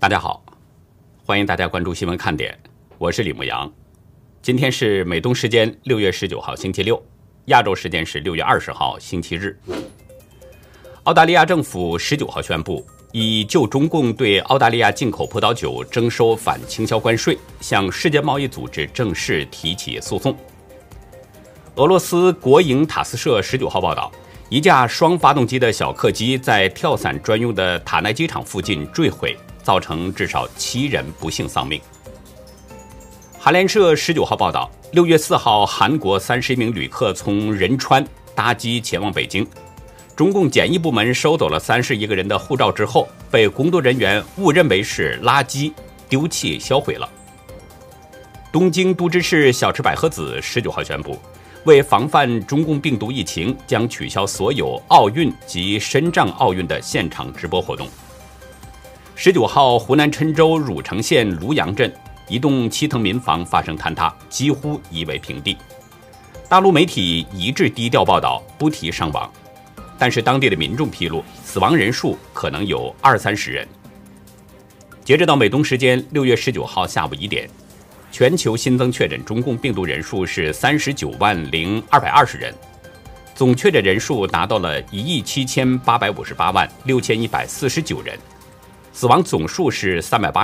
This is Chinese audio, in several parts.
大家好，欢迎大家关注新闻看点，我是李牧阳。今天是美东时间6月19号星期六，亚洲时间是6月20号星期日。澳大利亚政府19号宣布，以就中共对澳大利亚进口葡萄酒征收反倾销关税，向世界贸易组织正式提起诉讼。俄罗斯国营塔斯社19号报道，一架双发动机的小客机在跳伞专用的塔奈机场附近坠毁，造成至少7人不幸丧命。韩联社19号报道，6月4号，韩国31名旅客从仁川搭机前往北京，中共检疫部门收走了31个人的护照之后，被工作人员误认为是垃圾，丢弃销毁了。东京都知事小池百合子19号宣布，为防范中共病毒疫情，将取消所有奥运及深藏奥运的现场直播活动。19号，湖南郴州汝城县庐阳镇一栋7层民房发生坍塌，几乎夷为平地。大陆媒体一致低调报道，不提伤亡，但是当地的民众披露，死亡人数可能有20-30人。截止到美东时间6月19号下午1点，全球新增确诊中共病毒人数是39.0220人，总确诊人数达到了178586149人，死亡总数是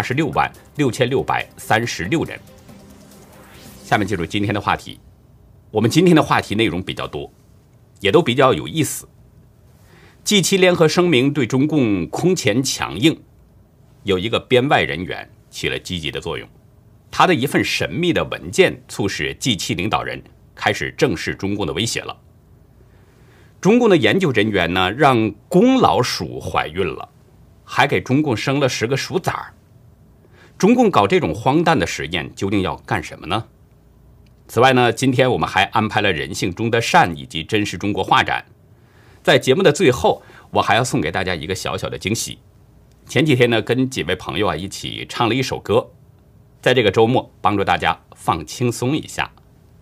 3866636人。下面进入今天的话题。我们今天的话题内容比较多，也都比较有意思。G7联合声明对中共空前强硬，有一个编外人员起了积极的作用。他的一份神秘的文件促使 G7 领导人开始正视中共的威胁了。中共的研究人员呢，让公老鼠怀孕了，还给中共生了10个鼠崽儿。中共搞这种荒诞的实验究竟要干什么呢？此外呢，今天我们还安排了人性中的善以及真实中国画展。在节目的最后，我还要送给大家一个小小的惊喜。前几天呢，跟几位朋友一起唱了一首歌，在这个周末帮助大家放轻松一下。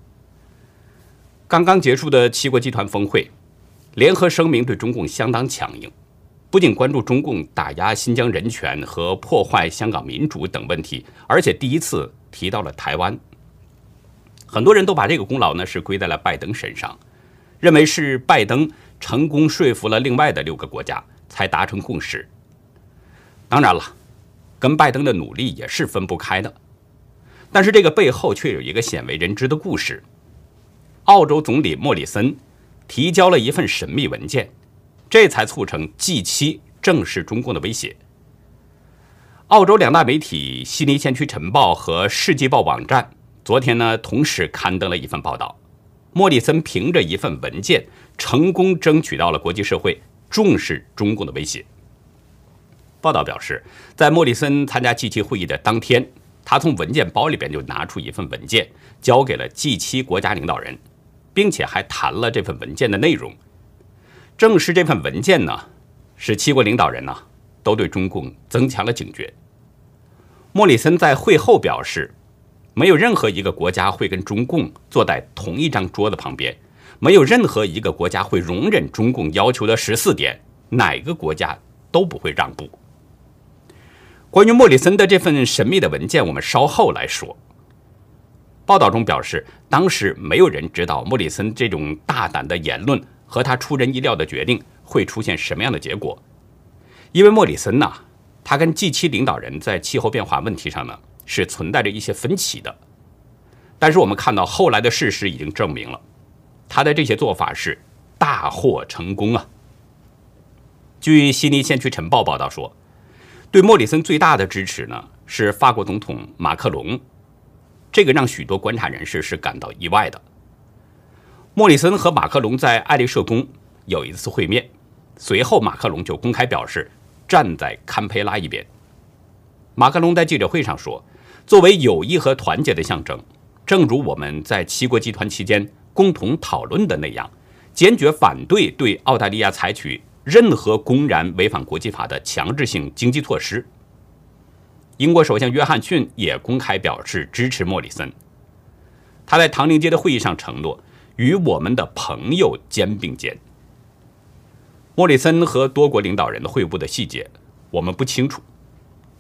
刚刚结束的7国集团峰会，联合声明对中共相当强硬，不仅关注中共打压新疆人权和破坏香港民主等问题，而且第一次提到了台湾。很多人都把这个功劳呢是归在了拜登身上，认为是拜登成功说服了另外的6个国家才达成共识。当然了，跟拜登的努力也是分不开的，但是这个背后却有一个鲜为人知的故事。澳洲总理莫里森提交了一份神秘文件，这才促成 G7 正视中共的威胁。澳洲2大媒体悉尼先驱晨报和世纪报网站昨天呢同时刊登了一份报道，莫里森凭着一份文件成功争取到了国际社会重视中共的威胁。报道表示，在莫里森参加 G7 会议的当天，他从文件包里边就拿出一份文件，交给了 G7 国家领导人，并且还谈了这份文件的内容。正是这份文件呢，使7国领导人呢都对中共增强了警觉。莫里森在会后表示，没有任何一个国家会跟中共坐在同一张桌子旁边，没有任何一个国家会容忍中共要求的14点，哪个国家都不会让步。关于莫里森的这份神秘的文件，我们稍后来说。报道中表示，当时没有人知道莫里森这种大胆的言论和他出人意料的决定会出现什么样的结果。因为莫里森呢，他跟 G7 领导人在气候变化问题上呢是存在着一些分歧的。但是我们看到后来的事实已经证明了，他的这些做法是大获成功啊。据悉尼先驱晨报报道说，对莫里森最大的支持呢是法国总统马克龙，这个让许多观察人士是感到意外的。莫里森和马克龙在爱丽舍宫有一次会面，随后马克龙就公开表示站在堪培拉一边。马克龙在记者会上说，作为友谊和团结的象征，正如我们在7国集团期间共同讨论的那样，坚决反对对澳大利亚采取任何公然违反国际法的强制性经济措施。英国首相约翰逊也公开表示支持莫里森。他在唐宁街的会议上承诺，与我们的朋友肩并肩。莫里森和多国领导人的会晤的细节我们不清楚，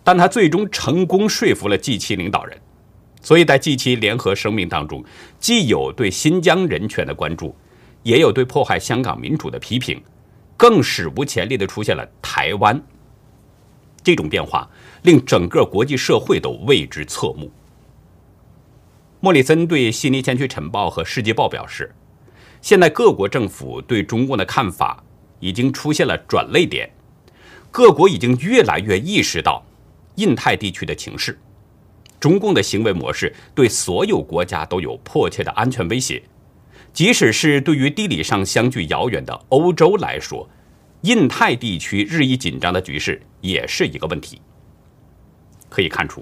但他最终成功说服了 G7 领导人。所以在 G7 联合声明当中，既有对新疆人权的关注，也有对破坏香港民主的批评，更史无前例地出现了台湾。这种变化令整个国际社会都为之侧目。莫里森对悉尼先驱晨报和世纪报表示，现在各国政府对中共的看法已经出现了转捩点，各国已经越来越意识到印太地区的情势，中共的行为模式对所有国家都有迫切的安全威胁，即使是对于地理上相距遥远的欧洲来说，印太地区日益紧张的局势也是一个问题。可以看出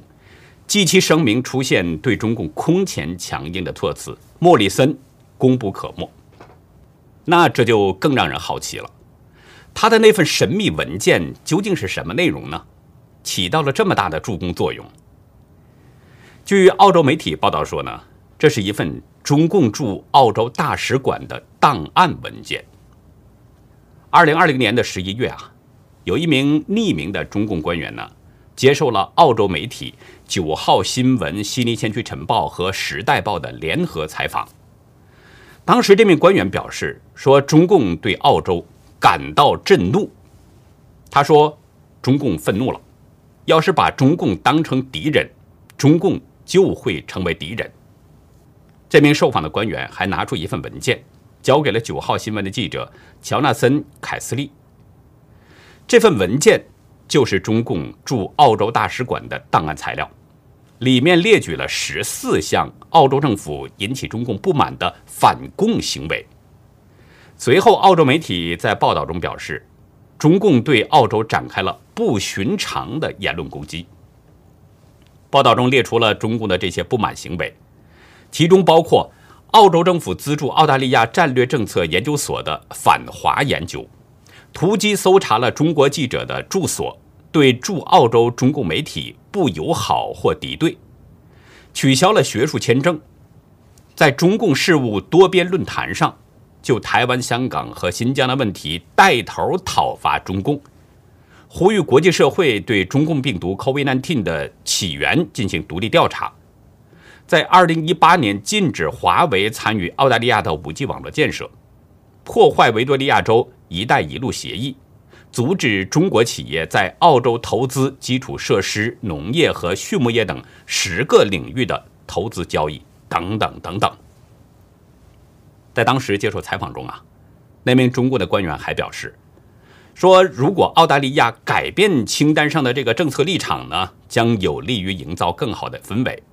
G7 声明出现对中共空前强硬的措辞，莫里森功不可没。那这就更让人好奇了，他的那份神秘文件究竟是什么内容呢？起到了这么大的助攻作用。据澳洲媒体报道说呢，这是一份中共驻澳洲大使馆的档案文件。2020年的11月有一名匿名的中共官员呢，接受了澳洲媒体9号新闻、悉尼先驱晨报和时代报的联合采访。当时这名官员表示说，中共对澳洲感到震怒。他说，中共愤怒了，要是把中共当成敌人，中共就会成为敌人。这名受访的官员还拿出一份文件，交给了9号新闻的记者乔纳森·凯斯利。这份文件就是中共驻澳洲大使馆的档案材料，里面列举了14项澳洲政府引起中共不满的反共行为。随后，澳洲媒体在报道中表示，中共对澳洲展开了不寻常的言论攻击。报道中列出了中共的这些不满行为，其中包括澳洲政府资助澳大利亚战略政策研究所的反华研究，突击搜查了中国记者的住所，对驻澳洲中共媒体不友好或敌对，取消了学术签证，在中共事务多边论坛上就台湾、香港和新疆的问题带头讨伐中共，呼吁国际社会对中共病毒 COVID-19 的起源进行独立调查。在2018年禁止华为参与澳大利亚的 5G 网络建设，破坏维多利亚州一带一路协议，阻止中国企业在澳洲投资基础设施、农业和畜牧业等10个领域的投资交易等等等等。在当时接受采访中那名中国的官员还表示说，如果澳大利亚改变清单上的这个政策立场呢，将有利于营造更好的氛围。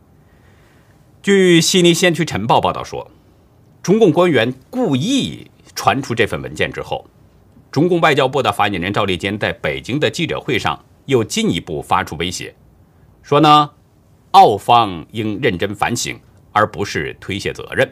据悉尼先驱晨报报道说，中共官员故意传出这份文件之后，中共外交部的发言人赵立坚在北京的记者会上又进一步发出威胁，说呢，澳方应认真反省，而不是推卸责任。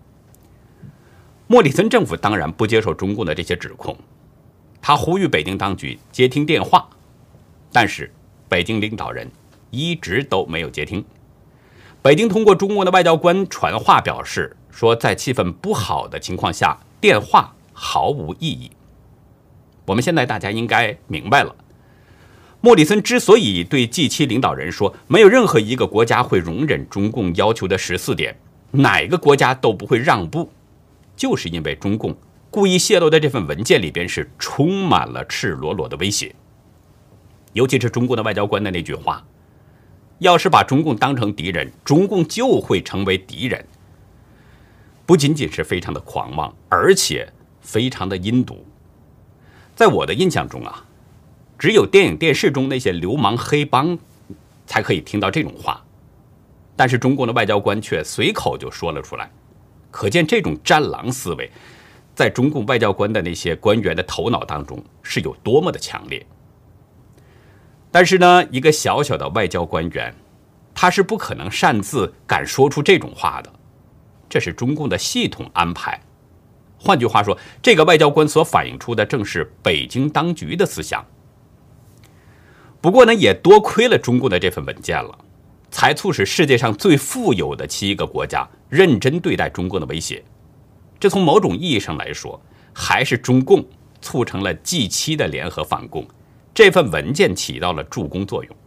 莫里森政府当然不接受中共的这些指控，他呼吁北京当局接听电话，但是北京领导人一直都没有接听。北京通过中共的外交官传话表示说，在气氛不好的情况下，电话毫无意义。我们现在大家应该明白了，莫里森之所以对 G7 领导人说没有任何一个国家会容忍中共要求的14点，哪个国家都不会让步，就是因为中共故意泄露的这份文件里边是充满了赤裸裸的威胁。尤其是中共的外交官的那句话，要是把中共当成敌人，中共就会成为敌人，不仅仅是非常的狂妄，而且非常的阴毒。在我的印象中只有电影电视中那些流氓黑帮才可以听到这种话，但是中共的外交官却随口就说了出来，可见这种战狼思维在中共外交官的那些官员的头脑当中是有多么的强烈。但是呢，一个小小的外交官员，他是不可能擅自敢说出这种话的，这是中共的系统安排。换句话说，这个外交官所反映出的正是北京当局的思想。不过呢，也多亏了中共的这份文件了，才促使世界上最富有的7个国家认真对待中共的威胁。这从某种意义上来说，还是中共促成了 G7 的联合反攻，这份文件起到了助攻作用。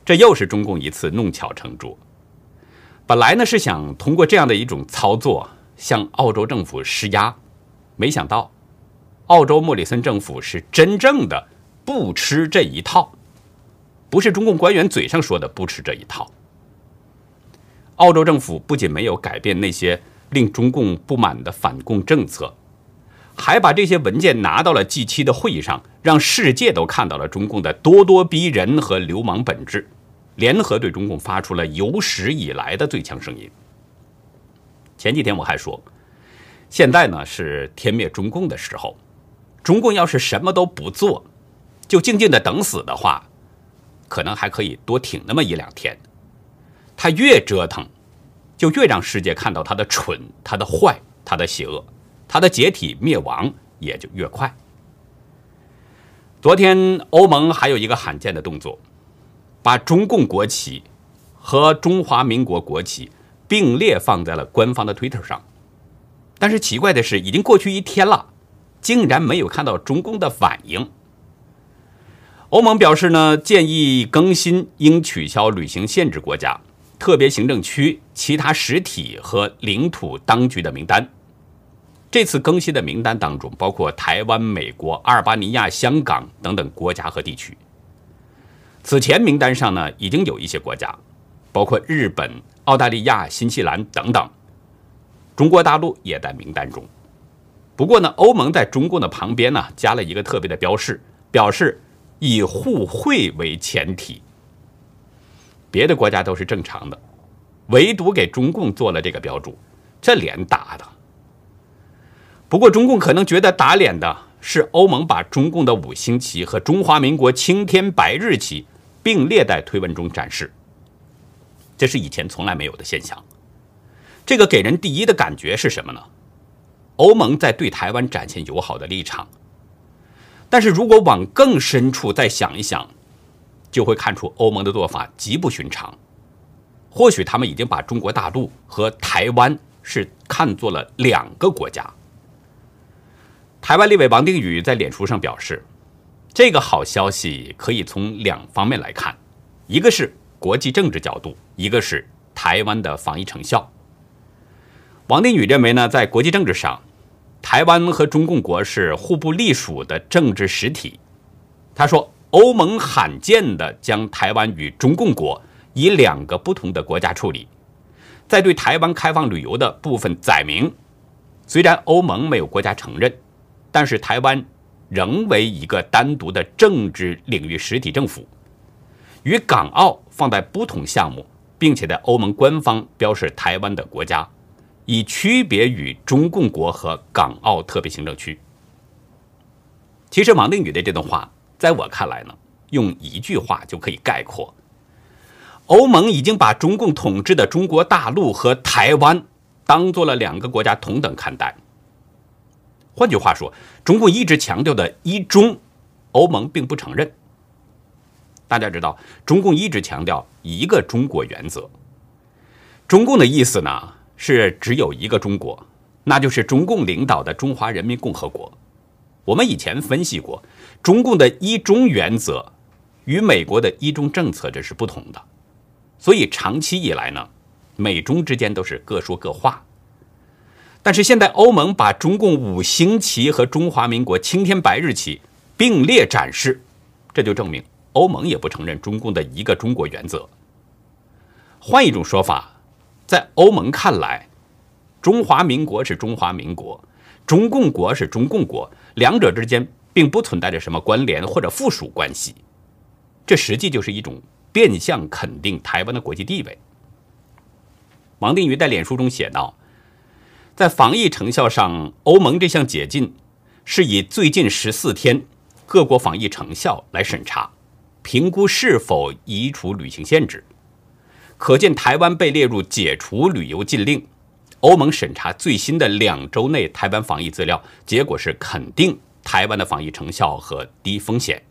这又是中共一次弄巧成拙。本来呢是想通过这样的一种操作向澳洲政府施压，没想到澳洲莫里森政府是真正的不吃这一套，不是中共官员嘴上说的不吃这一套。澳洲政府不仅没有改变那些令中共不满的反共政策，还把这些文件拿到了 G7 的会议上，让世界都看到了中共的咄咄逼人和流氓本质，联合对中共发出了有史以来的最强声音。前几天我还说，现在呢是天灭中共的时候，中共要是什么都不做，就静静的等死的话，可能还可以多挺那么1-2天。他越折腾，就越让世界看到他的蠢、他的坏、他的邪恶，他的解体灭亡也就越快。昨天欧盟还有一个罕见的动作，把中共国旗和中华民国国旗并列放在了官方的 Twitter 上。但是奇怪的是，已经过去1天了，竟然没有看到中共的反应。欧盟表示呢，建议更新应取消旅行限制国家、特别行政区、其他实体和领土当局的名单。这次更新的名单当中，包括台湾、美国、阿尔巴尼亚、香港等等国家和地区。此前名单上呢，已经有一些国家，包括日本、澳大利亚、新西兰等等，中国大陆也在名单中。不过呢，欧盟在中共的旁边呢，加了一个特别的标示，表示以互惠为前提。别的国家都是正常的，唯独给中共做了这个标注，这脸打的。不过中共可能觉得打脸的是欧盟把中共的5星旗和中华民国青天白日旗并列在推文中展示，这是以前从来没有的现象。这个给人第一的感觉是什么呢？欧盟在对台湾展现友好的立场。但是如果往更深处再想一想，就会看出欧盟的做法极不寻常。或许他们已经把中国大陆和台湾是看作了2个国家。台湾立委王定宇在脸书上表示，这个好消息可以从2方面来看，一个是国际政治角度，一个是台湾的防疫成效。王定宇认为呢，在国际政治上，台湾和中共国是互不隶属的政治实体。他说，欧盟罕见地将台湾与中共国以2个不同的国家处理，在对台湾开放旅游的部分载明，虽然欧盟没有国家承认，但是台湾仍为一个单独的政治领域实体政府，与港澳放在不同项目，并且在欧盟官方标示台湾的国家，以区别于中共国和港澳特别行政区。其实王定宇的这段话，在我看来呢，用一句话就可以概括：欧盟已经把中共统治的中国大陆和台湾当做了2个国家同等看待。换句话说，中共一直强调的一中，欧盟并不承认。大家知道，中共一直强调一个中国原则。中共的意思呢，是只有一个中国，那就是中共领导的中华人民共和国。我们以前分析过，中共的一中原则与美国的一中政策这是不同的，所以长期以来呢，美中之间都是各说各话。但是现在欧盟把中共5星旗和中华民国青天白日旗并列展示，这就证明欧盟也不承认中共的一个中国原则。换一种说法，在欧盟看来，中华民国是中华民国，中共国是中共国，两者之间并不存在着什么关联或者附属关系。这实际就是一种变相肯定台湾的国际地位。王定宇在脸书中写道，在防疫成效上，欧盟这项解禁是以最近14天各国防疫成效来审查，评估是否移除旅行限制。可见台湾被列入解除旅游禁令，欧盟审查最新的2周内台湾防疫资料，结果是肯定台湾的防疫成效和低风险。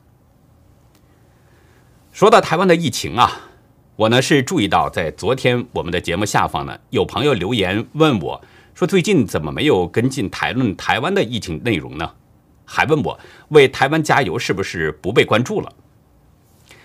说到台湾的疫情啊，我呢是注意到在昨天我们的节目下方呢，有朋友留言问我说，最近怎么没有跟进谈论台湾的疫情内容呢？还问我为台湾加油是不是不被关注了？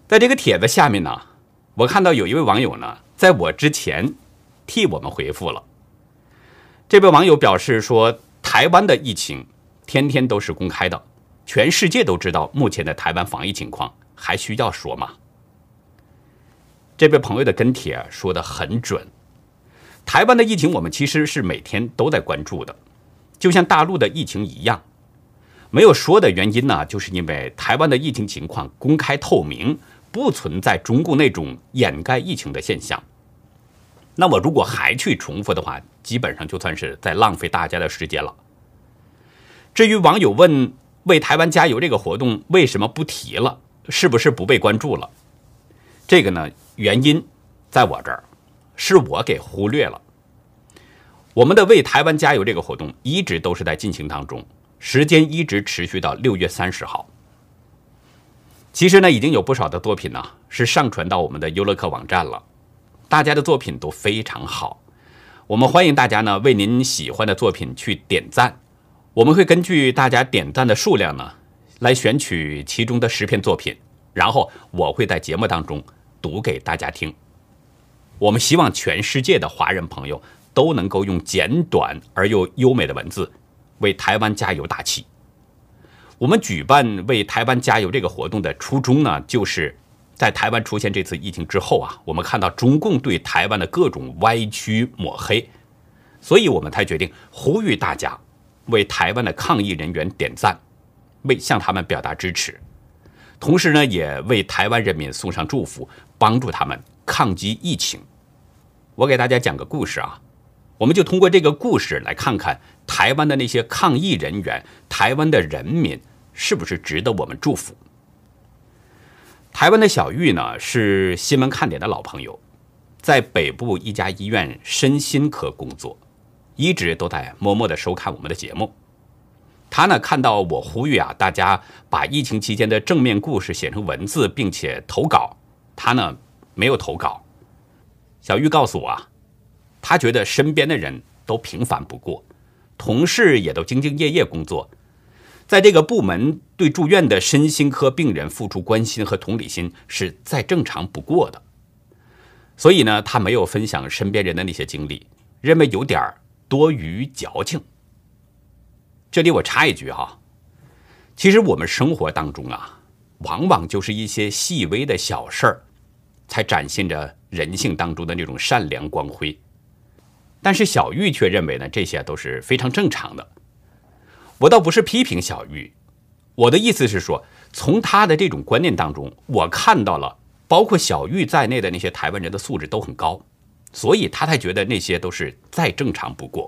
在这个帖子下面呢，我看到有一位网友呢，在我之前替我们回复了。这位网友表示说，台湾的疫情天天都是公开的，全世界都知道目前的台湾防疫情况，还需要说吗？这位朋友的跟帖说得很准，台湾的疫情我们其实是每天都在关注的，就像大陆的疫情一样。没有说的原因呢，就是因为台湾的疫情情况公开透明，不存在中共那种掩盖疫情的现象。那我如果还去重复的话，基本上就算是在浪费大家的时间了。至于网友问为台湾加油这个活动为什么不提了，是不是不被关注了？这个呢，原因在我这儿，是我给忽略了。我们的为台湾加油这个活动一直都是在进行当中，时间一直持续到6月30号。其实呢，已经有不少的作品呢是上传到我们的优乐客网站了，大家的作品都非常好。我们欢迎大家呢为您喜欢的作品去点赞，我们会根据大家点赞的数量呢来选取其中的10篇作品，然后我会在节目当中读给大家听。我们希望全世界的华人朋友都能够用简短而又优美的文字为台湾加油打气。我们举办为台湾加油这个活动的初衷呢，就是在台湾出现这次疫情之后啊，我们看到中共对台湾的各种歪曲抹黑，所以我们才决定呼吁大家为台湾的抗疫人员点赞，为向他们表达支持，同时呢，也为台湾人民送上祝福，帮助他们抗击疫情。我给大家讲个故事啊，我们就通过这个故事来看看台湾的那些抗疫人员，台湾的人民是不是值得我们祝福。台湾的小玉呢，是新闻看点的老朋友，在北部一家医院身心科工作，一直都在默默地收看我们的节目。他呢，看到我呼吁大家把疫情期间的正面故事写成文字，并且投稿，他呢没有投稿。小玉告诉我他觉得身边的人都平凡不过，同事也都兢兢业业工作，在这个部门对住院的身心科病人付出关心和同理心是再正常不过的。所以呢，他没有分享身边人的那些经历，认为有点多余矫情。这里我插一句其实我们生活当中往往就是一些细微的小事儿，才展现着人性当中的那种善良光辉。但是小玉却认为呢，这些都是非常正常的。我倒不是批评小玉，我的意思是说，从他的这种观念当中，我看到了包括小玉在内的那些台湾人的素质都很高，所以他才觉得那些都是再正常不过。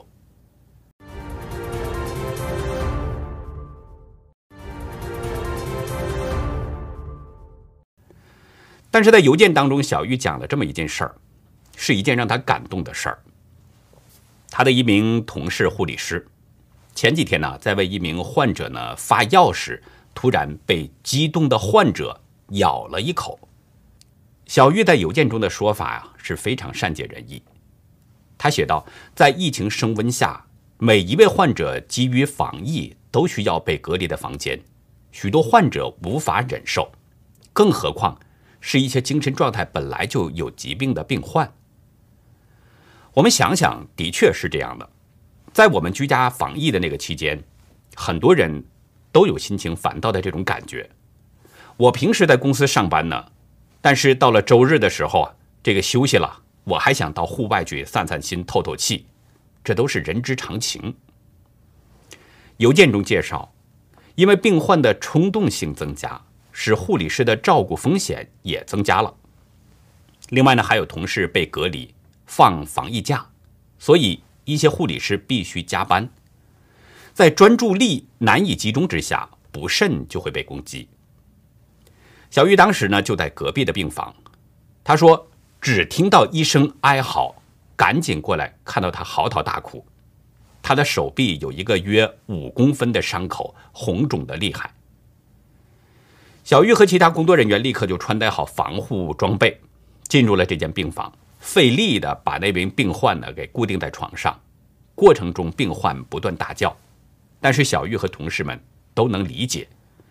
但是在邮件当中，小玉讲了这么一件事儿，是一件让他感动的事儿。他的一名同事护理师，前几天呢，在为一名患者呢发药时，突然被激动的患者咬了一口。小玉在邮件中的说法是非常善解人意。他写道，在疫情升温下，每一位患者基于防疫都需要被隔离的房间，许多患者无法忍受，更何况是一些精神状态本来就有疾病的病患。我们想想，的确是这样的。在我们居家防疫的那个期间，很多人都有心情烦躁的这种感觉。我平时在公司上班呢，但是到了周日的时候这个休息了，我还想到户外去散散心、透透气，这都是人之常情。邮件中介绍，因为病患的冲动性增加，使护理师的照顾风险也增加了。另外呢，还有同事被隔离、放防疫假，所以一些护理师必须加班，在专注力难以集中之下，不慎就会被攻击。小玉当时呢就在隔壁的病房，她说只听到一声哀嚎，赶紧过来，看到她嚎啕大哭，她的手臂有一个约5公分的伤口，红肿的厉害。小玉和其他工作人员立刻就穿戴好防护装备，进入了这间病房，费力的把那名病患呢给固定在床上。过程中病患不断大叫，但是小玉和同事们都能理解，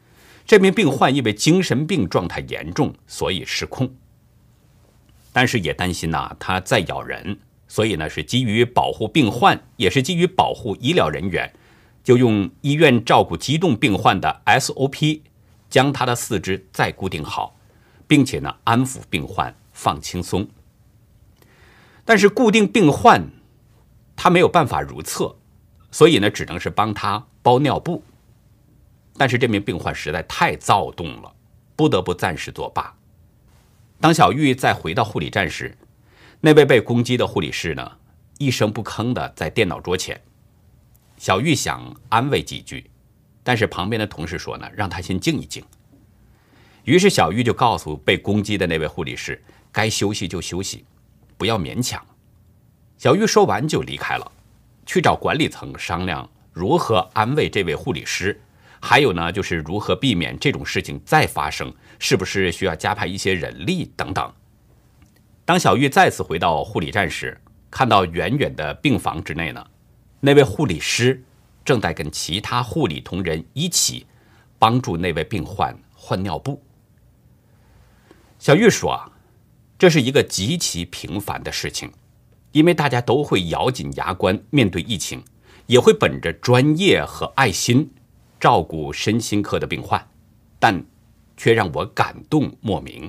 这名病患因为精神病状态严重，所以失控。但是也担心他再咬人，所以是基于保护病患，也是基于保护医疗人员，就用医院照顾急冻病患的 SOP 将他的四肢再固定好，并且安抚病患，放轻松。但是固定病患他没有办法如厕，所以只能是帮他包尿布。但是这名病患实在太躁动了，不得不暂时作罢。当小玉再回到护理站时，那位被攻击的护理师一声不吭的在电脑桌前。小玉想安慰几句，但是旁边的同事说让他先静一静。于是小玉就告诉被攻击的那位护理师，该休息就休息，不要勉强。小玉说完就离开了，去找管理层商量如何安慰这位护理师，还有就是如何避免这种事情再发生，是不是需要加派一些人力等等。当小玉再次回到护理站时，看到远远的病房之内那位护理师正在跟其他护理同仁一起帮助那位病患换尿布。小玉说这是一个极其平凡的事情，因为大家都会咬紧牙关面对疫情，也会本着专业和爱心照顾身心科的病患，但却让我感动莫名。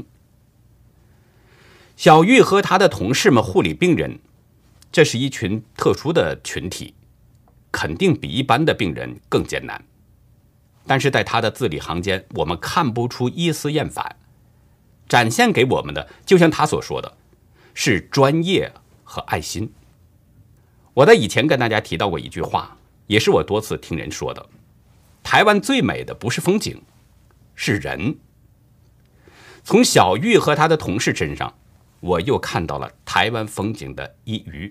小玉和她的同事们护理病人，这是一群特殊的群体，肯定比一般的病人更艰难。但是在她的字里行间，我们看不出一丝厌烦，展现给我们的，就像她所说的，是专业和爱心。我在以前跟大家提到过一句话，也是我多次听人说的，台湾最美的不是风景，是人。从小玉和她的同事身上，我又看到了台湾风景的一隅。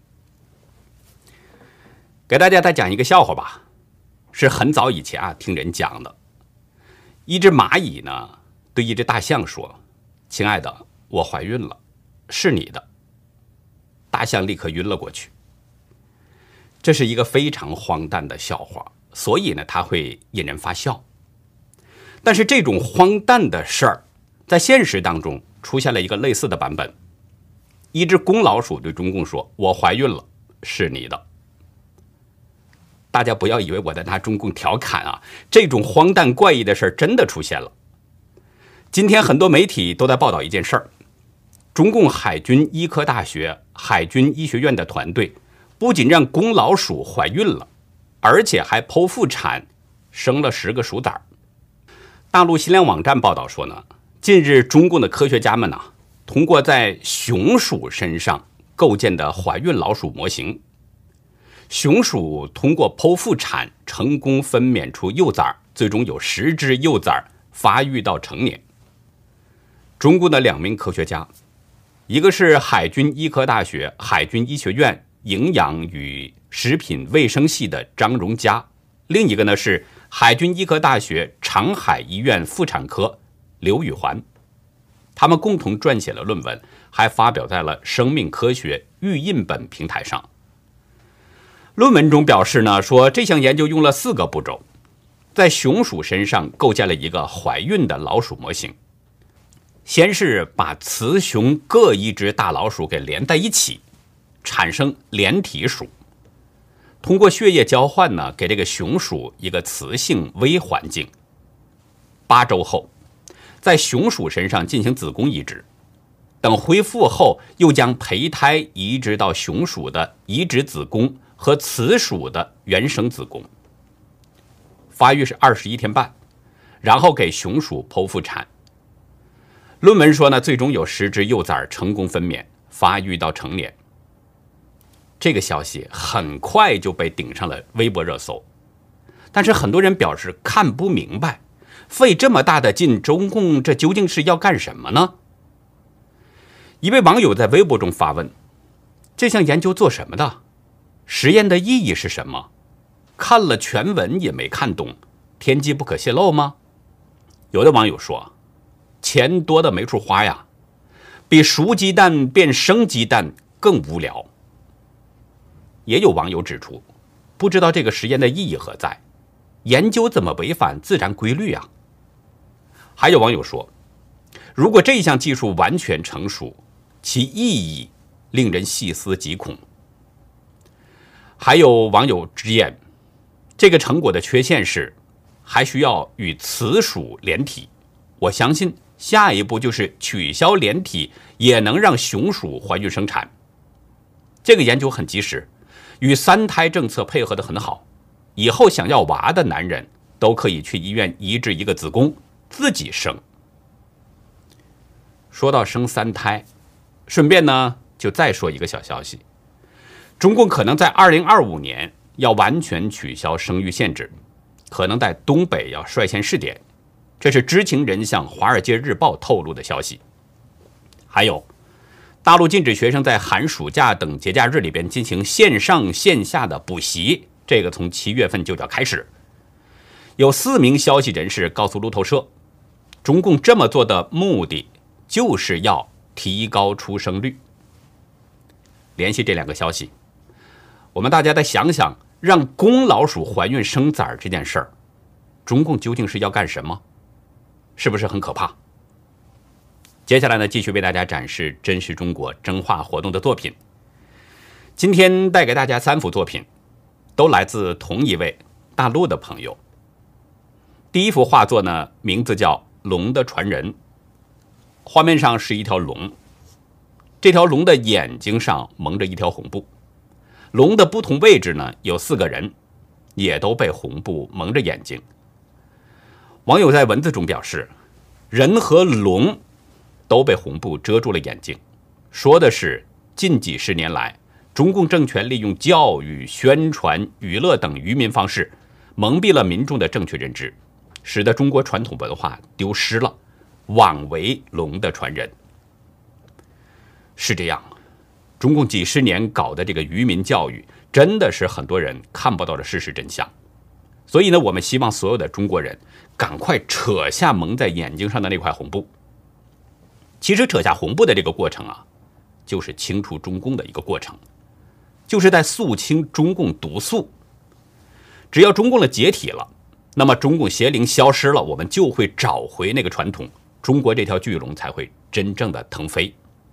给大家再讲一个笑话吧，是很早以前听人讲的。一只蚂蚁对一只大象说：“亲爱的，我怀孕了，是你的。”大象立刻晕了过去。这是一个非常荒诞的笑话，所以它会引人发笑。但是这种荒诞的事儿，在现实当中出现了一个类似的版本。一只公老鼠对中共说：“我怀孕了，是你的。”大家不要以为我在拿中共调侃这种荒诞怪异的事儿真的出现了。今天很多媒体都在报道一件事儿，中共海军医科大学海军医学院的团队不仅让公老鼠怀孕了，而且还剖腹产生了10个鼠崽。大陆新量网站报道说近日中共的科学家们通过在雄鼠身上构建的怀孕老鼠模型，雄鼠通过剖腹产成功分娩出幼崽，最终有10只幼崽发育到成年。中共的2名科学家，一个是海军医科大学海军医学院营养与食品卫生系的张荣佳，另一个是海军医科大学长海医院妇产科刘宇环。他们共同撰写了论文，还发表在了生命科学预印本平台上。论文中表示说这项研究用了4个步骤，在雄鼠身上构建了一个怀孕的老鼠模型。先是把雌雄各一只大老鼠给连在一起，产生连体鼠，通过血液交换给这个雄鼠一个雌性微环境。8周后，在雄鼠身上进行子宫移植，等恢复后，又将胚胎移植到雄鼠的移植子宫和雌鼠的原生子宫。发育是21天半，然后给雄鼠剖腹产。论文说最终有10只幼崽成功分娩，发育到成年。这个消息很快就被顶上了微博热搜，但是很多人表示看不明白，费这么大的劲，中共这究竟是要干什么呢？一位网友在微博中发问：这项研究做什么的？实验的意义是什么？看了全文也没看懂，天机不可泄露吗？有的网友说，钱多的没处花呀，比熟鸡蛋变生鸡蛋更无聊。也有网友指出，不知道这个实验的意义何在，研究怎么违反自然规律啊？ 还有网友说，如果这项技术完全成熟，其意义令人细思极恐。还有网友直言，这个成果的缺陷是还需要与雌鼠连体。我相信下一步就是取消连体，也能让雄鼠怀孕生产。这个研究很及时，与3胎政策配合得很好。以后想要娃的男人都可以去医院移植一个子宫，自己生。说到生3胎，顺便呢就再说一个小消息，中共可能在2025年要完全取消生育限制，可能在东北要率先试点，这是知情人向《华尔街日报》透露的消息。还有，大陆禁止学生在寒暑假等节假日里边进行线上线下的补习，这个从7月份就要开始。有4名消息人士告诉路透社，中共这么做的目的就是要提高出生率。联系这2个消息，我们大家再想想，让公老鼠怀孕生崽这件事儿，中共究竟是要干什么？是不是很可怕？接下来呢，继续为大家展示真实中国真话活动的作品。今天带给大家3幅作品，都来自同一位大陆的朋友。第一幅画作呢，名字叫《龙的传人》。画面上是一条龙，这条龙的眼睛上蒙着一条红布。龙的不同位置呢，有4个人，也都被红布蒙着眼睛。网友在文字中表示，人和龙都被红布遮住了眼睛，说的是近几十年来，中共政权利用教育、宣传、娱乐等愚民方式，蒙蔽了民众的正确认知，使得中国传统文化丢失了，枉为龙的传人。是这样，中共几十年搞的这个愚民教育，真的是很多人看不到的事实真相。所以呢，我们希望所有的中国人赶快扯下蒙在眼睛上的那块红布。其实扯下红布的这个过程啊，就是清除中共的一个过程，就是在肃清中共毒素。只要中共的解体了，那么中共邪灵消失了，我们就会找回那个传统，中国这条巨龙才会真正的腾飞。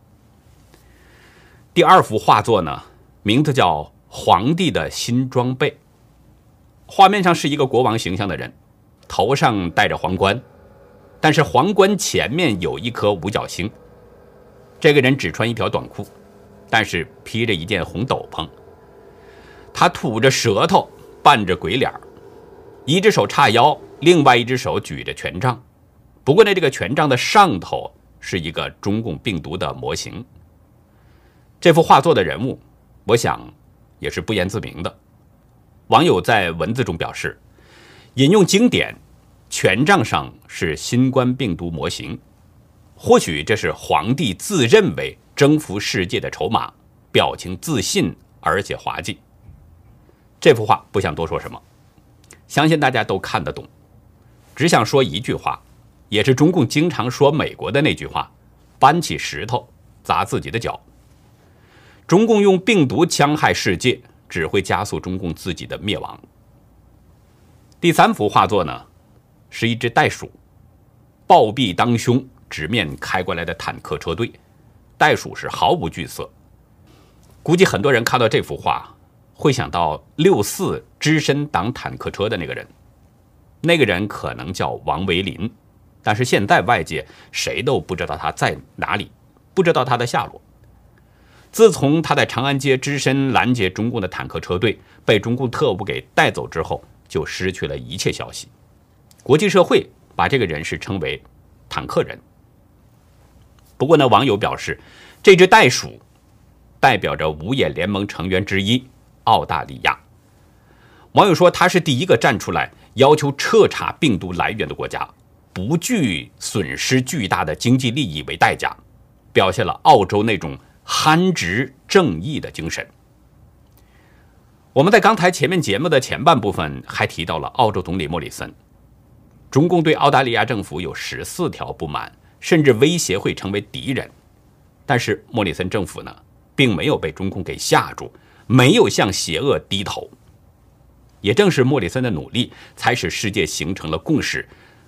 第2幅画作呢，名字叫《皇帝的新装备》。画面上是一个国王形象的人，头上戴着皇冠，但是皇冠前面有一颗五角星。这个人只穿一条短裤，但是披着一件红斗篷。他吐着舌头，扮着鬼脸，一只手叉腰，另外一只手举着权杖。不过呢，这个权杖的上头是一个中共病毒的模型。这幅画作的人物，我想也是不言自明的。网友在文字中表示，引用经典，权杖上是新冠病毒模型，或许这是皇帝自认为征服世界的筹码，表情自信而且滑稽。这幅画不想多说什么，相信大家都看得懂，只想说一句话，也是中共经常说美国的那句话，搬起石头砸自己的脚。中共用病毒戕害世界，只会加速中共自己的灭亡。第3幅画作呢，是一只袋鼠，暴毙当胸，直面开过来的坦克车队，袋鼠是毫无惧色。估计很多人看到这幅画，会想到6·4只身挡坦克车的那个人，那个人可能叫王维林，但是现在外界谁都不知道他在哪里，不知道他的下落。自从他在长安街只身拦截中共的坦克车队，被中共特务给带走之后，就失去了一切消息。国际社会把这个人士称为坦克人。不过呢，网友表示，这只袋鼠代表着五眼联盟成员之一澳大利亚。网友说，他是第一个站出来要求彻查病毒来源的国家，不惧损失巨大的经济利益为代价，表现了澳洲那种憨直正义的精神。我们在刚才前面节目的前半部分还提到了澳洲总理莫里森，中共对澳大利亚政府有14条不满，甚至威胁会成为敌人。但是莫里森政府呢，并没有被中共给吓住，没有向邪恶低头。也正是莫里森的努力，才使世界形成了共识，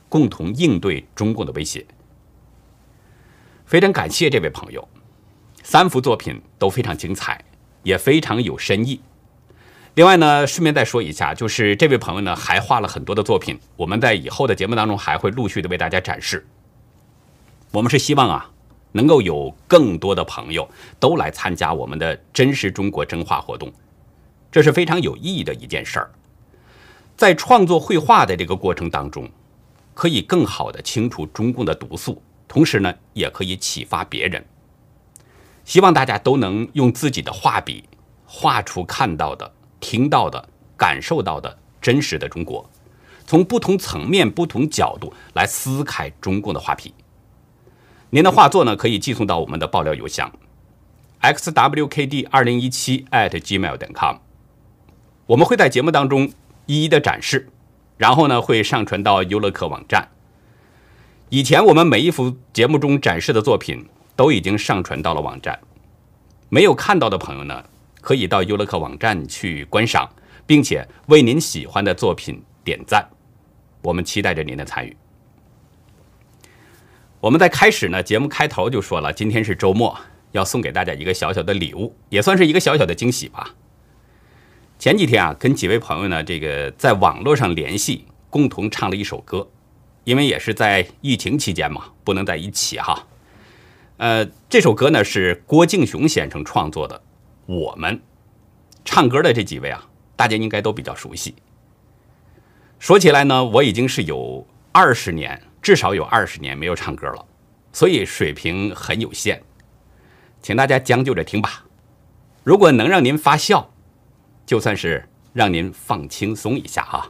共同应对中共的威胁。非常感谢这位朋友，3幅作品都非常精彩，也非常有深意。另外呢，顺便再说一下，就是这位朋友呢还画了很多的作品，我们在以后的节目当中还会陆续的为大家展示。我们是希望啊，能够有更多的朋友都来参加我们的真实中国真画活动，这是非常有意义的一件事儿。在创作绘画的这个过程当中，可以更好的清除中共的毒素，同时呢，也可以启发别人。希望大家都能用自己的画笔画出看到的、听到的、感受到的真实的中国，从不同层面、不同角度来撕开中共的画皮。您的画作呢，可以寄送到我们的爆料邮箱 xwkd2017@gmail.com， 我们会在节目当中一一的展示，然后呢会上传到优乐客网站。以前我们每一幅节目中展示的作品都已经上传到了网站，没有看到的朋友呢，可以到优乐客网站去观赏，并且为您喜欢的作品点赞。我们期待着您的参与。我们在开始呢，节目开头就说了，今天是周末，要送给大家一个小小的礼物，也算是一个小小的惊喜吧。前几天啊，跟几位朋友呢，在网络上联系，共同唱了一首歌，因为也是在疫情期间嘛，不能在一起哈。这首歌呢是郭敬雄先生创作的《我们》，唱歌的这几位啊，大家应该都比较熟悉。说起来呢，我已经是有20年，至少有20年没有唱歌了，所以水平很有限，请大家将就着听吧。如果能让您发笑，就算是让您放轻松一下哈。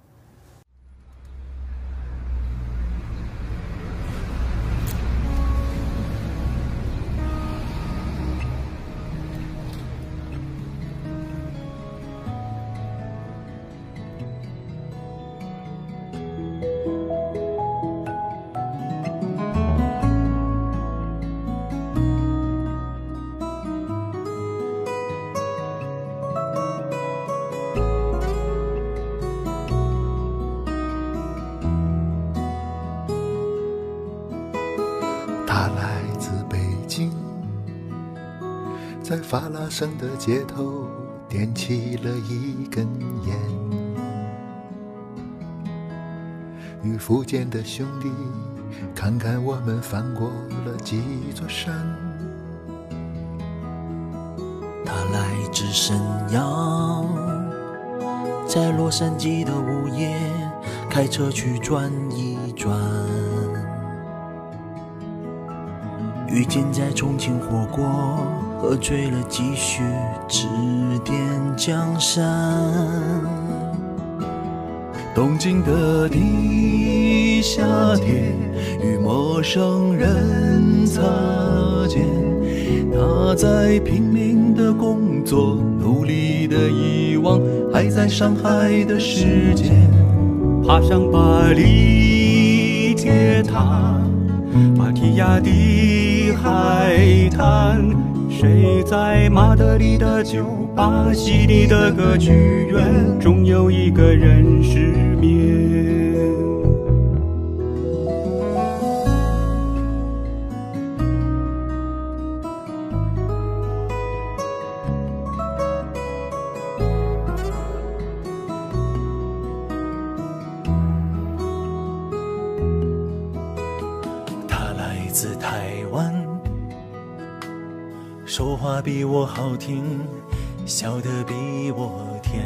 在发拉省的街头点起了一根烟，与福建的兄弟看看我们翻过了几座山。 他来自沈阳，在洛杉矶的午夜开车去转一转，遇见在重庆火锅喝醉了继续指点江山。东京的地下铁与陌生人擦肩，他在拼命的工作，努力的遗忘还在上海的时间。爬上巴黎铁塔，芭提雅的海滩，谁在马德里的酒吧，西里的歌剧院，总有一个人失眠。他来自台湾，说话比我好听，笑得比我甜。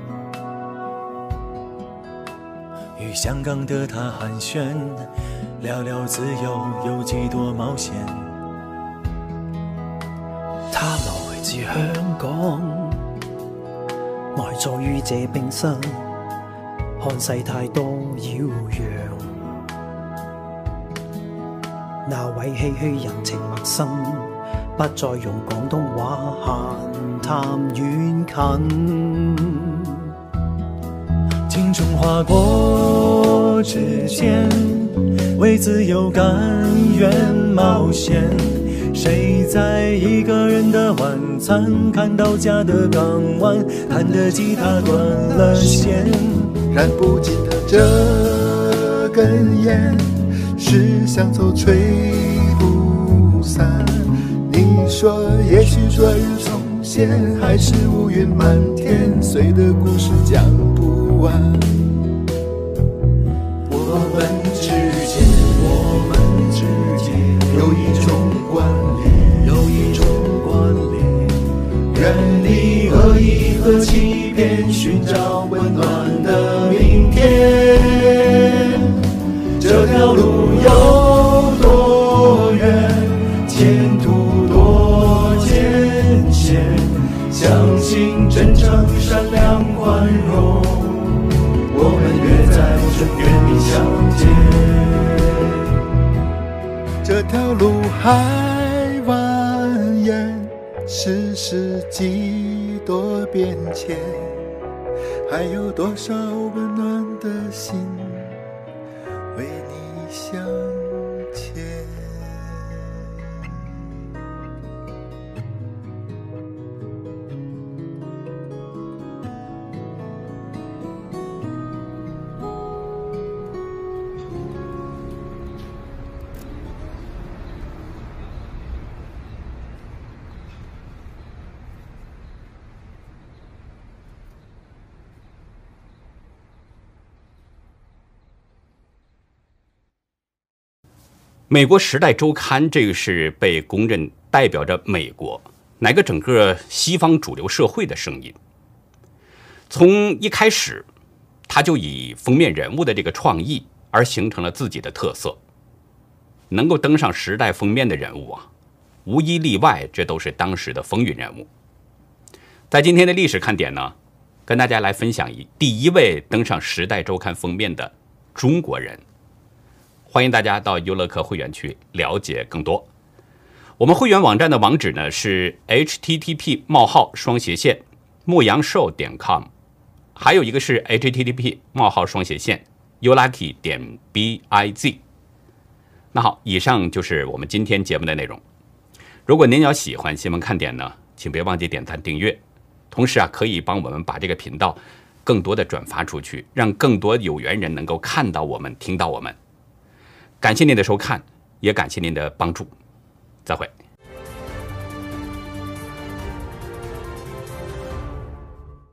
与香港的他寒暄，聊聊自由有幾多冒險。 他來自香港，呆坐於這冰室，看世太多擾攘。那位唏噓人情陌生，不再用廣東話閒談遠近。 青春劃過指尖，為自由甘願冒險。誰在一個人的晚餐，看到家的港灣，彈的吉他斷了線， 燃不盡的這根烟，是乡愁吹不散。你说也许昨日重现，还是乌云满天，谁的故事讲不完。我们之间有一种关联，远离恶意和欺骗，寻找温暖的明天。这条路有多远，前途多艰险，相信真诚善良宽容，我们约在这原地相见。这条路还蜿蜒，是世纪多变迁，还有多少温暖的心为你向前。 美国《时代周刊》这个是被公认代表着美国乃个整个西方主流社会的声音。从一开始，他就以封面人物的这个创意而形成了自己的特色。能够登上《时代》封面的人物啊，无一例外，这都是当时的风云人物。在今天的历史看点呢，跟大家来分享第一位登上《时代周刊》封面的中国人。欢迎大家到优乐客会员区了解更多。我们会员网站的网址呢是 http://牧羊兽.com， 还有一个是 http://youlucky.biz。那好，以上就是我们今天节目的内容。如果您要喜欢新闻看点呢，请别忘记点赞订阅，同时可以帮我们把这个频道更多的转发出去，让更多有缘人能够看到我们，听到我们。感谢您的收看，也感谢您的帮助，再会。